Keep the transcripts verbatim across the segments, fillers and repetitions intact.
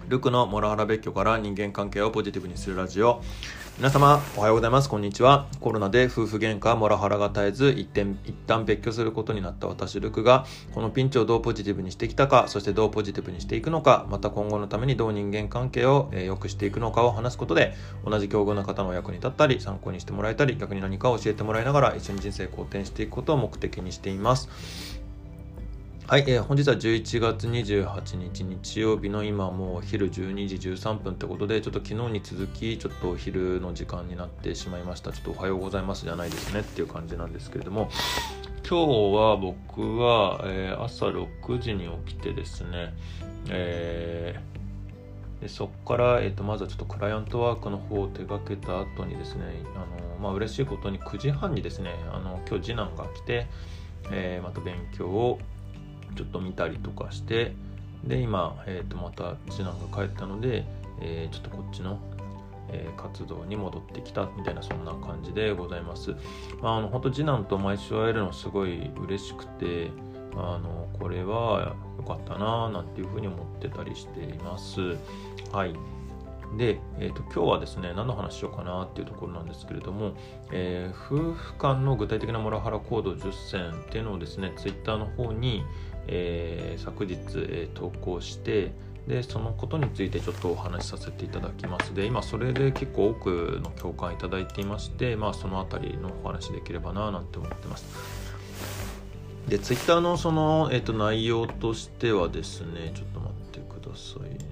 ルクのモラハラ別居から人間関係をポジティブにするラジオ。皆様おはようございます。こんにちは。コロナで夫婦喧嘩モラハラが絶えず一点一旦別居することになった私ルクが、このピンチをどうポジティブにしてきたか、そしてどうポジティブにしていくのか、また今後のためにどう人間関係を良くしていくのかを話すことで、同じ境遇の方のお役に立ったり参考にしてもらえたり、逆に何かを教えてもらいながら一緒に人生好転していくことを目的にしています。はい、えー、本日はじゅういちがつにじゅうはちにち日曜日の今もうお昼じゅうにじじゅうさんぷんってことで、ちょっと昨日に続きちょっとお昼の時間になってしまいました。ちょっとおはようございますじゃないですねっていう感じなんですけれども、今日は僕は、えー、朝ろくじに起きてですね、えー、でそこから、えーと、まずはちょっとクライアントワークの方を手掛けた後にですね、あのまあ嬉しいことにくじはんにですね、あの今日次男が来て、えー、また勉強をちょっと見たりとかして、で今、えー、とまた次男が帰ったので、えー、ちょっとこっちの、えー、活動に戻ってきたみたいな、そんな感じでございます。まあ、あの本当次男と毎週会えるのすごい嬉しくて、あのこれは良かったななんていうふうに思ってたりしています。はい。で、えー、と今日はですね、何の話しようかなっていうところなんですけれども、えー、夫婦間の具体的なモラハラ行動じゅっせんっていうのをですね、ツイッターの方に、えー、昨日、えー、投稿して、でそのことについてちょっとお話しさせていただきます。で今それで結構多くの共感いただいていまして、まあそのあたりのお話できればななんて思ってます。でツイッターのその、えー、と内容としてはですね、ちょっと待ってくださいね。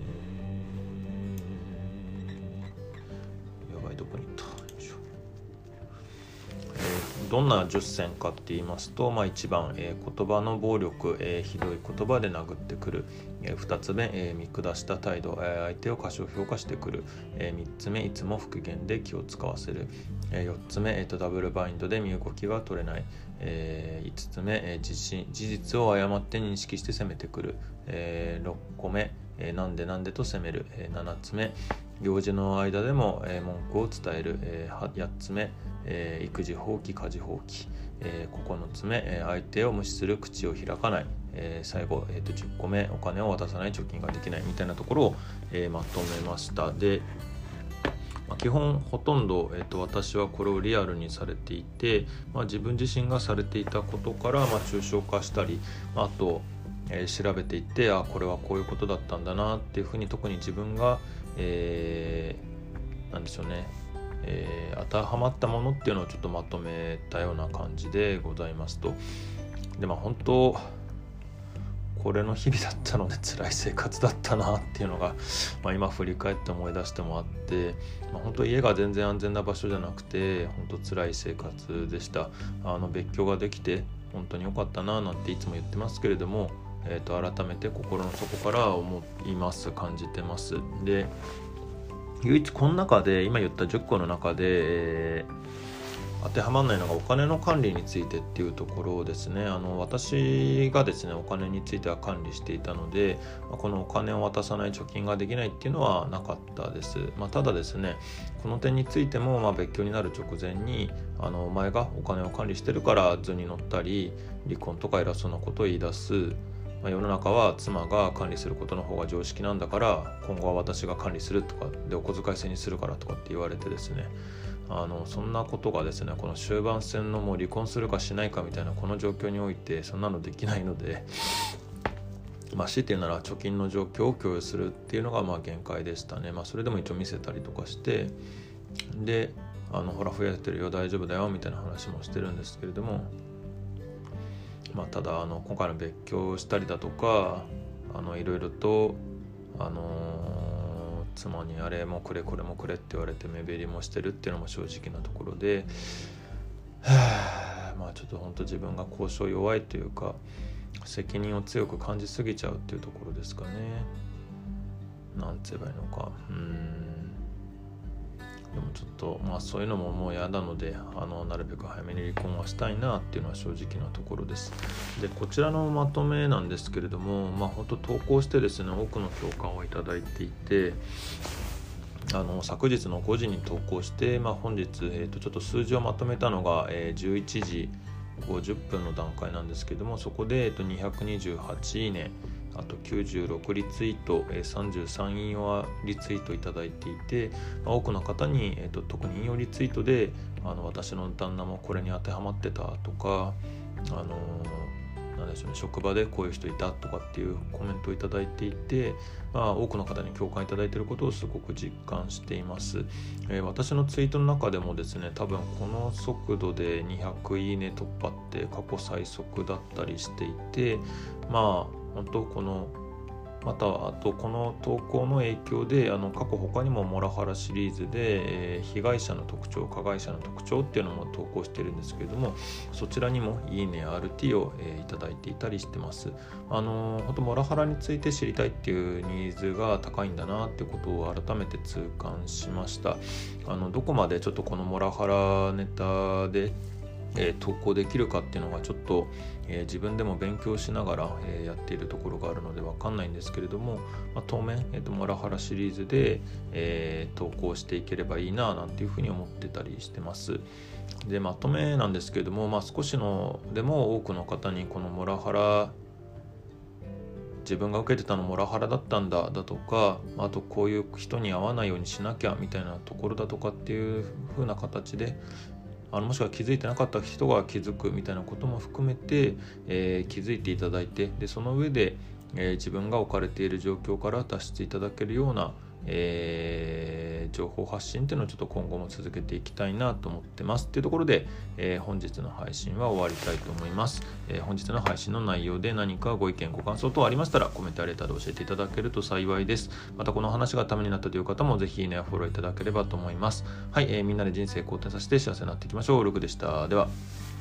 どこに行った、えー、どんなじゅっせんかって言いますと、まあ、いちばん、えー、言葉の暴力、えー、ひどい言葉で殴ってくる、えー、ふたつめ、えー、見下した態度、えー、相手を過小評価してくる、えー、みっつめいつも復元で気を使わせる、えー、よっつめ、えー、とダブルバインドで身動きが取れない、えー、いつつめ、えー、事実、事実を誤って認識して責めてくる、えー、ろっこめ、えー、なんでなんでと責める、えー、ななつめ行事の間でも、えー、文句を伝える、えー、やっつめ、えー、育児放棄家事放棄、えー、ここのつめ、えー、相手を無視する口を開かない、えー、最後、えー、とじゅっこめお金を渡さない貯金ができないみたいなところを、えー、まとめました。で、まあ、基本ほとんど、えー、と私はこれをリアルにされていて、まあ、自分自身がされていたことから、まあ、抽象化したり、まあ、あと、えー、調べていって、あこれはこういうことだったんだなっていうふうに、特に自分がえー、なんでしょうね、えー、当てはまったものっていうのをちょっとまとめたような感じでございますと。でまあ本当これの日々だったので辛い生活だったなっていうのが、まあ、今振り返って思い出してもあって、まあ、本当家が全然安全な場所じゃなくて本当辛い生活でした。あの別居ができて本当に良かったななんていつも言ってますけれども、えー、と改めて心の底から思います、感じてます。で唯一この中で今言ったじゅっこの中で、えー、当てはまらないのがお金の管理についてっていうところですね。あの私がですねお金については管理していたので、このお金を渡さない貯金ができないっていうのはなかったです。まあ、ただですねこの点についても、まあ、別居になる直前にあのお前がお金を管理してるから図に乗ったり離婚とか偉そうなことを言い出す、まあ、世の中は妻が管理することの方が常識なんだから今後は私が管理するとかでお小遣い制にするからとかって言われてですね、あのそんなことがですねこの終盤戦のもう離婚するかしないかみたいなこの状況においてそんなのできないので、まあ強いて言うなら貯金の状況を共有するっていうのがまあ限界でしたね。まあそれでも一応見せたりとかして、であのほら増やしてるよ大丈夫だよみたいな話もしてるんですけれども、まあ、ただあの今回の別居したりだとかあのいろいろと、あのー、妻にあれもくれこれもくれって言われて目減りもしてるっていうのも正直なところで、はあ、まあちょっと本当自分が交渉弱いというか責任を強く感じすぎちゃうっていうところですかね。なんて言えばいいのか、うーんでもちょっとまあそういうのももう嫌なので、あのなるべく早めに離婚はしたいなっていうのは正直なところです。でこちらのまとめなんですけれども、まあ本当投稿してですね多くの共感をいただいていて、あの昨日のごじに投稿して、まあ、本日、えー、とちょっと数字をまとめたのが、えー、じゅういちじごじゅっぷんの段階なんですけども、そこで、えー、とにひゃくにじゅうはちいいねあときゅうじゅうろくリツイート、えー、さんじゅうさん引用リツイートいただいていて、まあ、多くの方に、えーと、特に引用リツイートであの私の旦那もこれに当てはまってたとか、あのーなんでしょうね、職場でこういう人いたとかっていうコメントをいただいていて、まあ、多くの方に共感いただいていることをすごく実感しています、えー、私のツイートの中でもですね、多分この速度でにひゃくいいね突破って過去最速だったりしていて、まあ本当このまたあとこの投稿の影響であの過去他にもモラハラシリーズで、えー、被害者の特徴、加害者の特徴っていうのも投稿しているんですけれども、そちらにもいいね アールティー を、えー、いただいていたりしてます。あのー、本当モラハラについて知りたいっていうニーズが高いんだなってことを改めて痛感しました。あのどこまでちょっとこのモラハラネタでえー、投稿できるかっていうのがちょっと、えー、自分でも勉強しながら、えー、やっているところがあるので分かんないんですけれども、まあ、当面、えーと、モラハラシリーズで、えー、投稿していければいいななんていうふうに思ってたりしてます。で、まとめなんですけれども、まあ、少しのでも多くの方にこのモラハラ自分が受けてたのモラハラだったんだだとか、あとこういう人に会わないようにしなきゃみたいなところだとかっていう風な形で、あのもしくは気づいてなかった人が気づくみたいなことも含めて、えー、気づいていただいて、でその上で、えー、自分が置かれている状況から脱出いただけるような、えー、情報発信っていうのをちょっと今後も続けていきたいなと思ってますっていうところで、えー、本日の配信は終わりたいと思います、えー、本日の配信の内容で何かご意見ご感想等ありましたらコメントやレターで教えていただけると幸いです。またこの話がためになったという方もぜひいいねやフォローいただければと思います。はい、えー、みんなで人生好転させて幸せになっていきましょう。ルクでした。では。